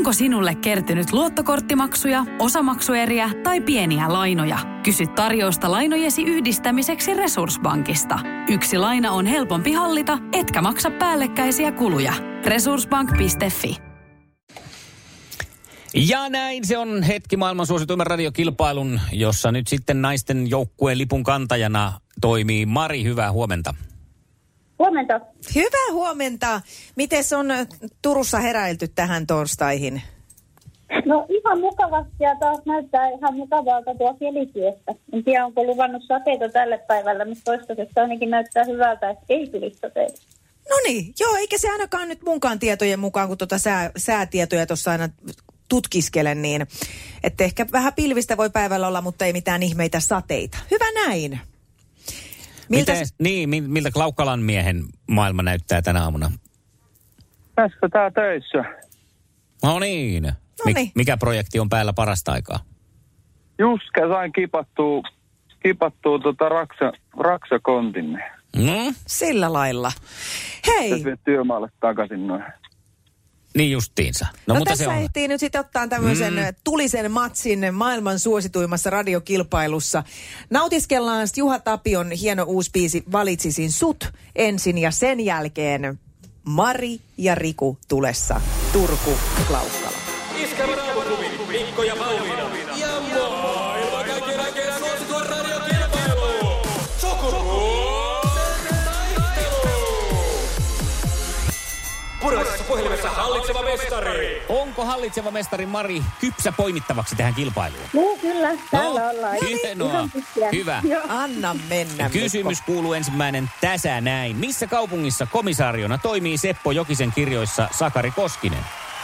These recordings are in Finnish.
Onko sinulle kertynyt luottokorttimaksuja, osamaksueriä tai pieniä lainoja? Kysy tarjousta lainojesi yhdistämiseksi Resurssbankista. Yksi laina on helpompi hallita, etkä maksa päällekkäisiä kuluja. Resurssbank.fi. Ja näin se on hetki maailman suosituimman radiokilpailun, jossa nyt sitten naisten joukkueen lipun kantajana toimii Mari. Hyvää huomenta. Huomenta. Hyvää huomenta. Mites on Turussa heräilty tähän torstaihin? No ihan mukavasti ja taas näyttää ihan mukavalta tuo kelityöstä. En tiedä, onko luvannut sateita tälle päivälle, mutta toistaiseksi ainakin näyttää hyvältä, että ei tulisi sateita. No niin, joo, eikä se ainakaan nyt munkaan tietojen mukaan, kun säätietoja tuossa aina tutkiskelen, niin että ehkä vähän pilvistä voi päivällä olla, mutta ei mitään ihmeitä sateita. Hyvä näin. Miltä Klaukkalan miehen maailma näyttää tänä aamuna? Tässä tää töissä. No niin. Mikä projekti on päällä parasta aikaa? Just sain kipattua raksakontin. Sillä lailla. Hei. Tässä vie työmaalle takaisin noin. Niin justiinsa. No mutta tässä ehtii nyt sitten ottaa tämmöisen tulisen matsin maailman suosituimmassa radiokilpailussa. Nautiskellaan Juha Tapion hieno uusi biisi Valitsisin sut ensin ja sen jälkeen Mari ja Riku tulessa. Turku, Klaukkala. Iskävä raamuklubi, Mikko ja Pauliina. Ja maailman kaikkien aikeen suosituen radiokilpailu. Sukupuolten taistelu. Puraisessa puhelimessa hallitseva mestari. Onko hallitseva mestari Mari kypsä poimittavaksi tähän kilpailuun? No kyllä, täällä ollaan. Hienoa. Hyvä. Anna mennä, Kysymys kuuluu ensimmäinen tässä näin. Missä kaupungissa komisariona toimii Seppo Jokisen kirjoissa Sakari Koskinen?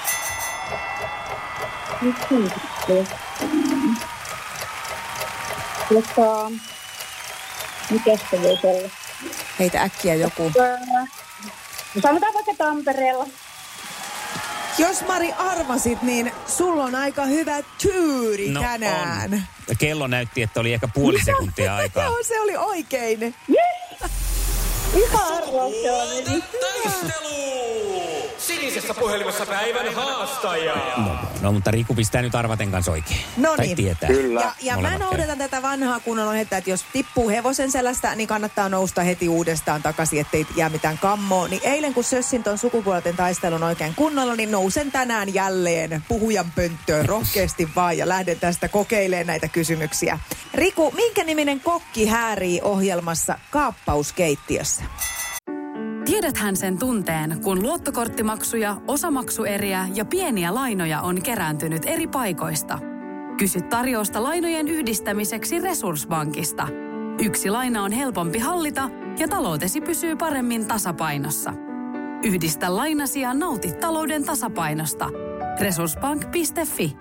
Mikäs se voisi olla? Heitä äkkiä joku. Sanotaan vaikka Tampereella. Jos Mari arvasit, niin sulla on aika hyvä tyyri tänään. On. Kello näytti, että oli ehkä puoli sekuntia aikaa. Joo, se oli oikein. Yes! Ihan arvoista. Taistelu! Sinisessä puhelimessa päivän haastaja. No, mutta Riku pistää nyt arvaten kanssa oikein. No tai niin. tietää. Kyllä. Ja mä noudatan tätä vanhaa kunnon ohjetta, että jos tippuu hevosen selästä, niin kannattaa nousta heti uudestaan takaisin, ettei jää mitään kammoa. Niin eilen kun sössin ton sukupuolten taistelun oikein kunnolla, niin nousen tänään jälleen puhujan pönttöön rohkeasti vaan ja lähden tästä kokeilemaan näitä kysymyksiä. Riku, minkä niminen kokki häärii ohjelmassa Kaappauskeittiössä? Tiedäthän sen tunteen, kun luottokorttimaksuja, osamaksueriä ja pieniä lainoja on kerääntynyt eri paikoista. Kysy tarjousta lainojen yhdistämiseksi Resurssbankista. Yksi laina on helpompi hallita ja taloutesi pysyy paremmin tasapainossa. Yhdistä lainasi ja nauti talouden tasapainosta. Resurssbank.fi.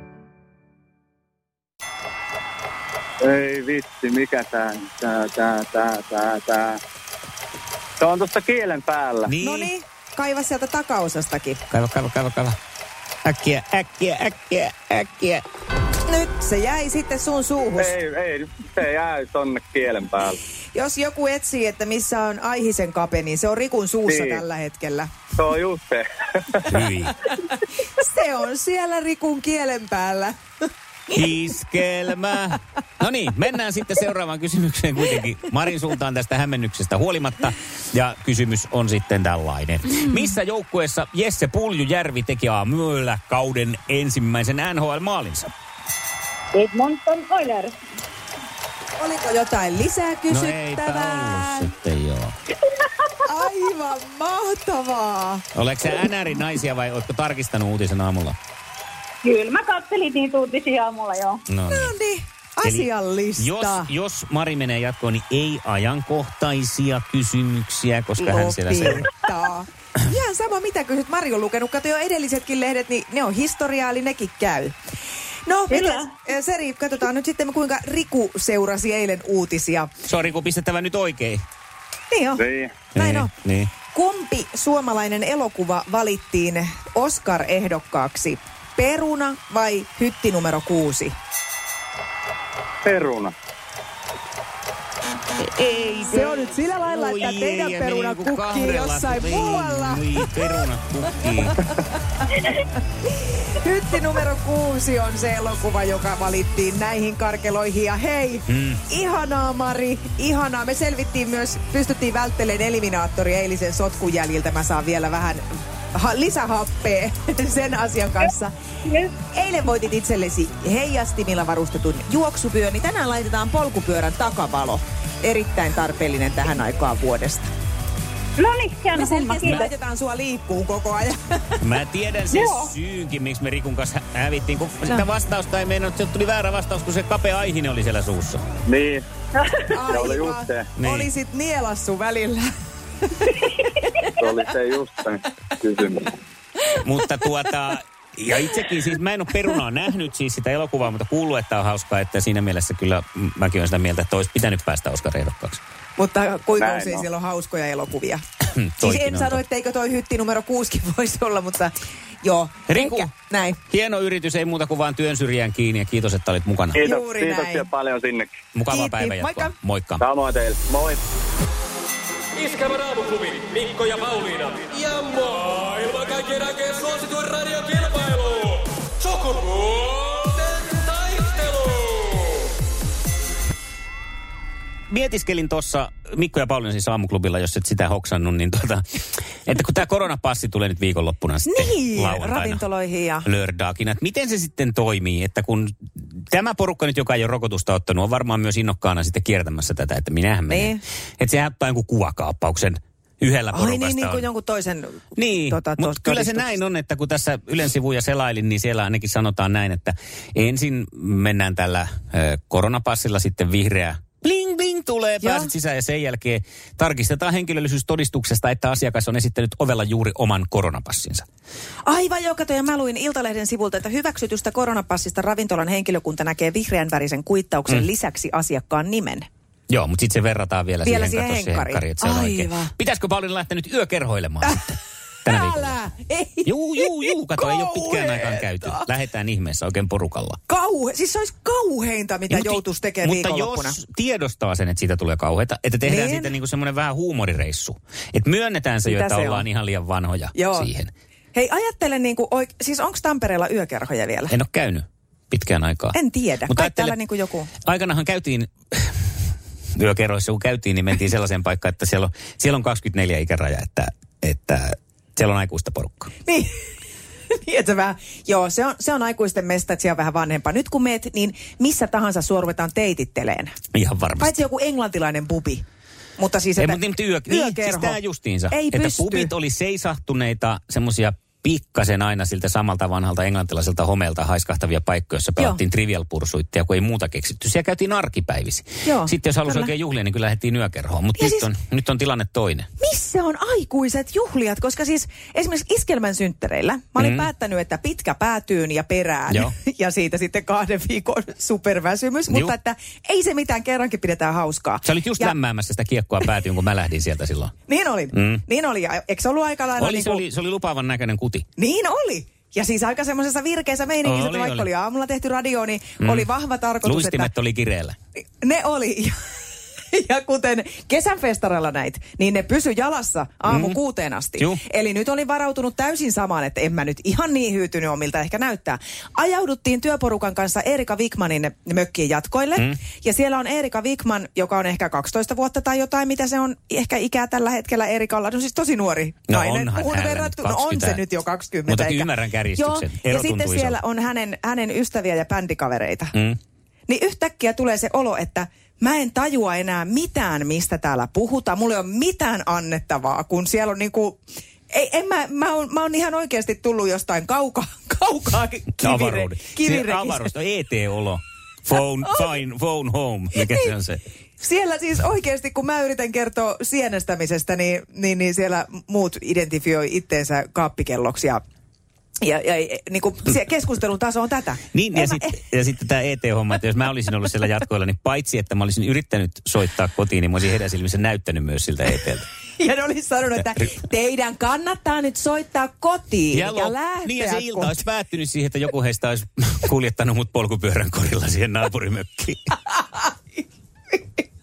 Ei vitsi, mikä tää. Se on tuossa kielen päällä. Niin. No niin, kaiva sieltä takaosastakin. Kaiva. Äkkiä. Nyt se jäi sitten sun suuhus. Ei, se jäi tonne kielen päälle. Jos joku etsii, että missä on Aihisen kape, niin se on Rikun suussa Niin. tällä hetkellä. Se on just se. Hyi. Se on siellä Rikun kielen päällä. Iskelmä. No niin, mennään sitten seuraavaan kysymykseen kuitenkin Marin suuntaan tästä hämmennyksestä huolimatta. Ja kysymys on sitten tällainen. Missä joukkueessa Jesse Puljujärvi teki aamuyöllä kauden ensimmäisen NHL-maalinsa? Edmonton Oilers. Oliko jotain lisää No eipä kysyttävää? ollut sitten joo. Aivan mahtavaa. Oletko sä NR-naisia vai oletko tarkistanut uutisen aamulla? Kyllä, mä katselin niitä uutisia aamulla, joo. No niin. No niin, asiallista. Jos Mari menee jatkoon, niin ei ajankohtaisia kysymyksiä, koska hän siellä seuraa. Ihan sama mitä kysyt. Mari on lukenut, kato jo edellisetkin lehdet, niin ne on historiaa, eli nekin käy. No, Seri, katsotaan nyt sitten kuinka Riku seurasi eilen uutisia. Sori, kun pistettävä nyt oikein. Niin on. Niin. Näin on. Niin. Kumpi suomalainen elokuva valittiin Oscar-ehdokkaaksi? Peruna vai Hytti numero 6? Peruna. Ei. Se on nyt sillä lailla, että teidän perunat kukkii jossain muualla. Ei, perunat kukkii. Hytti numero 6 on se elokuva, joka valittiin näihin karkeloihin. Ja hei, ihanaa Mari, ihanaa. Me selvittiin myös, pystyttiin välttelemään eliminaattori eilisen sotkun jäljiltä. Mä saan vielä vähän lisähappea sen asian kanssa. Eilen voitit itsellesi heijastimilla varustetun juoksupyön, niin tänään laitetaan polkupyörän takavalo. Erittäin tarpeellinen tähän aikaan vuodesta. No niin, Me selvästi laitetaan sua liikkuu koko ajan. Mä tiedän sen syynkin, miksi me Rikun kanssa hävittiin, kun sitä vastausta ei meinannut, että tuli väärä vastaus, kun se kapea aihinen oli siellä suussa. Niin. Se oli just se. Niin. Olisit nielassu välillä. Se oli se just se kysymys. Mutta ja itsekin siis, mä en ole perunaa nähnyt siis sitä elokuvaa, mutta kuullut, että on hauskaa, että siinä mielessä kyllä mäkin olen sitä mieltä, että olisi pitänyt päästä Oscar-ehdokkaaksi. Mutta kuinka usein siellä on hauskoja elokuvia? Siis en sano, etteikö toi hytti numero 6 voisi olla, mutta joo. Riku, näin. Hieno yritys, ei muuta kuin vaan työn syrjään kiinni ja kiitos, että olit mukana. Kiitoksia paljon sinnekin. Mukavaa päivänjatkoa. Moikka. Samoin teille. Moi. Iskelmän aamuklubi, Mikko ja Pauliina. Ja maailman kaikkien aikeen suosituen radiokilpailu. Sukupuolten taistelu. Mietiskelin tuossa Mikko ja Pauliina siis aamuklubilla, jos et sitä hoksannut, niin että kun tämä koronapassi tulee nyt viikonloppuna sitten lauantaina ravintoloihin ja lördaakina, että miten se sitten toimii, että kun tämä porukka nyt, joka ei ole rokotusta ottanut, on varmaan myös innokkaana sitten kiertämässä tätä, että minähän menen. Niin. Että se ottaa jonkun kuvakaappauksen yhdellä porukasta. Niin kuin jonkun toisen Niin, mutta kyllä se näin on, että kun tässä Ylen sivuja selailin, niin siellä ainakin sanotaan näin, että ensin mennään tällä koronapassilla, sitten vihreä bling bling tulee, pääset sisään ja sen jälkeen tarkistetaan henkilöllisyystodistuksesta, että asiakas on esittänyt ovella juuri oman koronapassinsa. Aivan joo, kato, ja mä luin Iltalehden sivulta, että hyväksytystä koronapassista ravintolan henkilökunta näkee vihreän värisen kuittauksen lisäksi asiakkaan nimen. Joo, mutta sitten se verrataan vielä siihen henkkariin. että se on oikein. Pitäiskö Pauliina lähteä nyt yökerhoilemaan sitten? Tänä viikolla. Ei. Juu, kato, ei ole pitkään aikaan käyty. Lähdetään ihmeessä oikein porukalla. Siis se olisi kauheinta, mitä joutuisi tekemään viikonloppuna. Mutta jos tiedostaa sen, että siitä tulee kauheita, että tehdään siitä niinku semmoinen vähän huumorireissu. Että myönnetään se, että ollaan ihan liian vanhoja siihen. Hei, ajattelen siis onko Tampereella yökerhoja vielä? En ole käynyt pitkään aikaa. En tiedä. Mutta täällä joku. Aikanahan käytiin yökerhoissa, kun käytiin, niin mentiin sellaiseen paikkaan, että siellä on 24 ikäraja, että siellä on aikuista porukkaa. Niin. Että vähän, joo, se on aikuisten mesta, että siellä on vähän vanhempaa. Nyt kun meet, niin missä tahansa sua ruvetaan teititteleen. Ihan varmasti. Paitsi joku englantilainen pubi. Mutta siis, että yökerho. Siis tämä justiinsa. Ei että pysty. pubit oli seisahtuneita semmoisia pikkasen aina siltä samalta vanhalta englantilaiselta homeelta haiskahtavia paikkoja, joissa pelattiin trivial-pursuitteja, kun ei muuta keksitty. Siellä käytiin arkipäivisi. Joo, sitten jos halusi oikein juhlia, niin kyllä lähdettiin yökerhoon. Mutta nyt on tilanne toinen. Missä on aikuiset juhlijat? Koska siis esimerkiksi Iskelmän synttereillä mä olin päättänyt, että pitkä päätyyn ja perään. Ja siitä sitten 2 viikon superväsymys. Mutta että ei se mitään, kerrankin pidetään hauskaa. Sä olit just lämmäämässä sitä kiekkoa päätyyn, kun mä lähdin sieltä silloin. Niin oli. Niin oli. Ja eikö se ollut aika lailla? Se oli lupaavan näköinen kuti. Niin oli. Ja siis aika semmoisessa virkeässä meiningissä, että vaikka oli aamulla tehty radio, niin oli vahva tarkoitus, luistimet oli kireellä. Ne oli. Ja kuten kesänfestareilla näit, niin ne pysy jalassa aamu 6 asti. Eli nyt olin varautunut täysin samaan, että en mä nyt ihan niin hyytynyt ole, miltä ehkä näyttää. Ajauduttiin työporukan kanssa Erika Wikmanin mökkiin jatkoille. Ja siellä on Erika Wikman, joka on ehkä 12 vuotta tai jotain, mitä se on ehkä ikää tällä hetkellä Erikalla. No siis tosi nuori nainen. On se nyt jo 20. Mutta ymmärrän kärjistyksen. Ja sitten siellä on hänen ystäviä ja bändikavereita. Niin yhtäkkiä tulee se olo, että mä en tajua enää mitään, mistä täällä puhutaan. Mulla ei ole mitään annettavaa, kun siellä on niinku... Mä oon ihan oikeasti tullut jostain kaukaa kivireistä. Avaruudesta, ET-olo. Phone home, mikä se on se? Siellä siis oikeasti, kun mä yritän kertoa sienestämisestä, niin siellä muut identifioi itteensä kaappikelloksi ja niin kuin se keskustelun taso on tätä. Niin, ja sitten tämä ET-homma, että jos mä olisin ollut siellä jatkoilla, niin paitsi että mä olisin yrittänyt soittaa kotiin, niin mä olisin heidän silmissä näyttänyt myös siltä ET:ltä. Ja ne olisi sanonut, että teidän kannattaa nyt soittaa kotiin ja lähteä. Niin, ja se ilta olisi päättynyt siihen, että joku heistä olisi kuljettanut mut polkupyörän korilla siihen naapurimökkiin.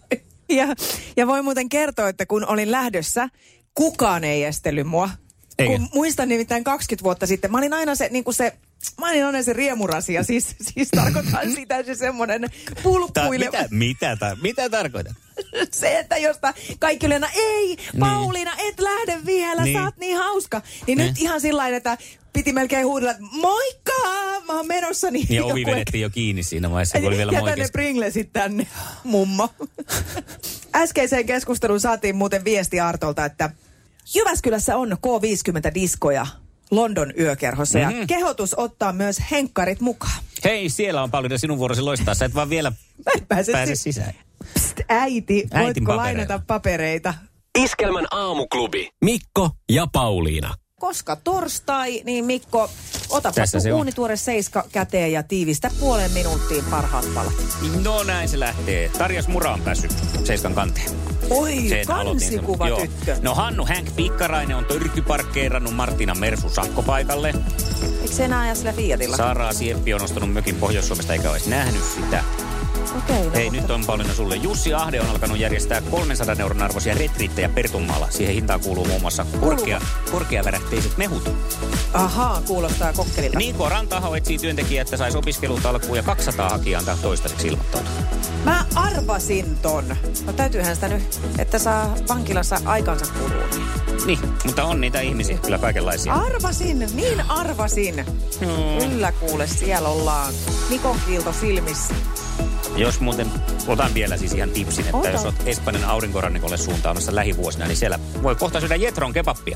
Ja voi muuten kertoa, että kun olin lähdössä, kukaan ei estellyt mua. Eikä. Kun muistan nimittäin 20 vuotta sitten, mä olin aina se riemurasia, siis tarkoitan sitä se semmoinen pulppuileva. Mitä tarkoitat? Se, että josta kaikki oli aina, ei, Pauliina, et lähde vielä, sä oot niin hauska. Niin nyt ihan sillain, että piti melkein huudella, että moikka, mä oon menossa. Niin ja ovi vedettiin jo kiinni siinä vaiheessa, kun oli vielä jätä ne Pringlesit tänne, mummo. Äskeiseen keskusteluun saatiin muuten viesti Artolta, että Jyväskylässä on K50-diskoja London yökerhossa ja kehotus ottaa myös henkkarit mukaan. Hei, siellä on Pauliina sinun vuorosi loistaa. Sä et vaan vielä pääse sisään. Psst, äiti, voitko lainata papereita? Iskelmän aamuklubi. Mikko ja Pauliina. Koska torstai, niin Mikko, otapa uunituore seiska käteen ja tiivistä 0,5 minuuttiin parhaat palat. No näin se lähtee. Tarjas Mura on päässyt seiskan kanteen. Oi, kansikuva tyttö. No Hannu Hank Pikkarainen on törkyparkkeerannut Martina Mersu sakkopaikalle. Eikö se enää aja sillä Fiatilla? Sara Sieppi on ostanut mökin Pohjois-Suomesta eikä olisi nähnyt sitä. Okei, hei, nyt on Pauliina sulle. Jussi Ahde on alkanut järjestää 300 euron arvoisia retriittejä Pertunmaalla. Siihen hintaan kuuluu muun muassa korkeavärähteiset mehut. Ahaa, kuulostaa kokkelilta. Niiko Rantaho etsii työntekijä, että saisi opiskelut alkuun ja 200 hakijaa antaa toistaiseksi ilmoittautua. Mä arvasin ton. No täytyyhän sitä nyt, että saa vankilassa aikansa kuluun. Niin, mutta on niitä ihmisiä kyllä kaikenlaisia. Arvasin. Kyllä kuule, siellä ollaan Nikon kiilto silmissä. Jos muuten, otan vielä siis ihan tipsin, että jos olet Espanjan aurinkorannikolle suuntaamassa lähivuosina, niin siellä voi kohta syödä Jetron kebappia.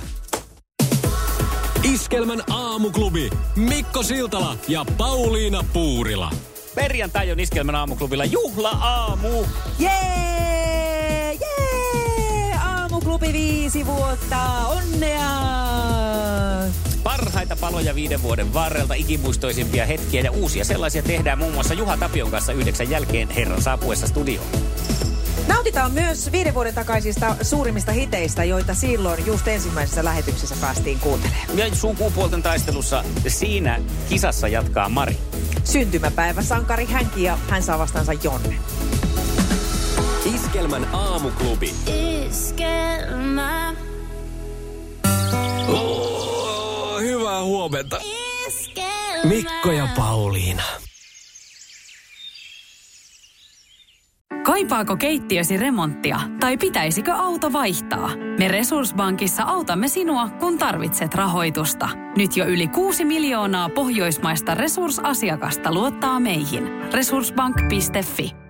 Iskelmän aamuklubi. Mikko Siltala ja Pauliina Puurila. Perjantai on Iskelmän aamuklubilla juhla-aamu. Jee! Aamuklubi 5 vuotta. Onnea! Parhaita paloja 5 vuoden varrelta, ikimuistoisimpia hetkiä ja uusia sellaisia tehdään muun muassa Juha Tapion kanssa 9 jälkeen herran saapuessa studioon. Nautitaan myös 5 vuoden takaisista suurimmista hiteistä, joita silloin just ensimmäisessä lähetyksessä päästiin kuuntelemaan. Ja sukupuolten taistelussa siinä kisassa jatkaa Mari. Syntymäpäiväsankari hänkin ja hän saa vastaansa Jonne. Iskelmän aamuklubi. Iskelmä. Hyvää huomenta. Mikko ja Pauliina. Kaipaako keittiösi remonttia tai pitäisikö auto vaihtaa? Me Resurssbankissa autamme sinua, kun tarvitset rahoitusta. Nyt jo yli 6 miljoonaa pohjoismaista resursasiakasta luottaa meihin. Resurssbank.fi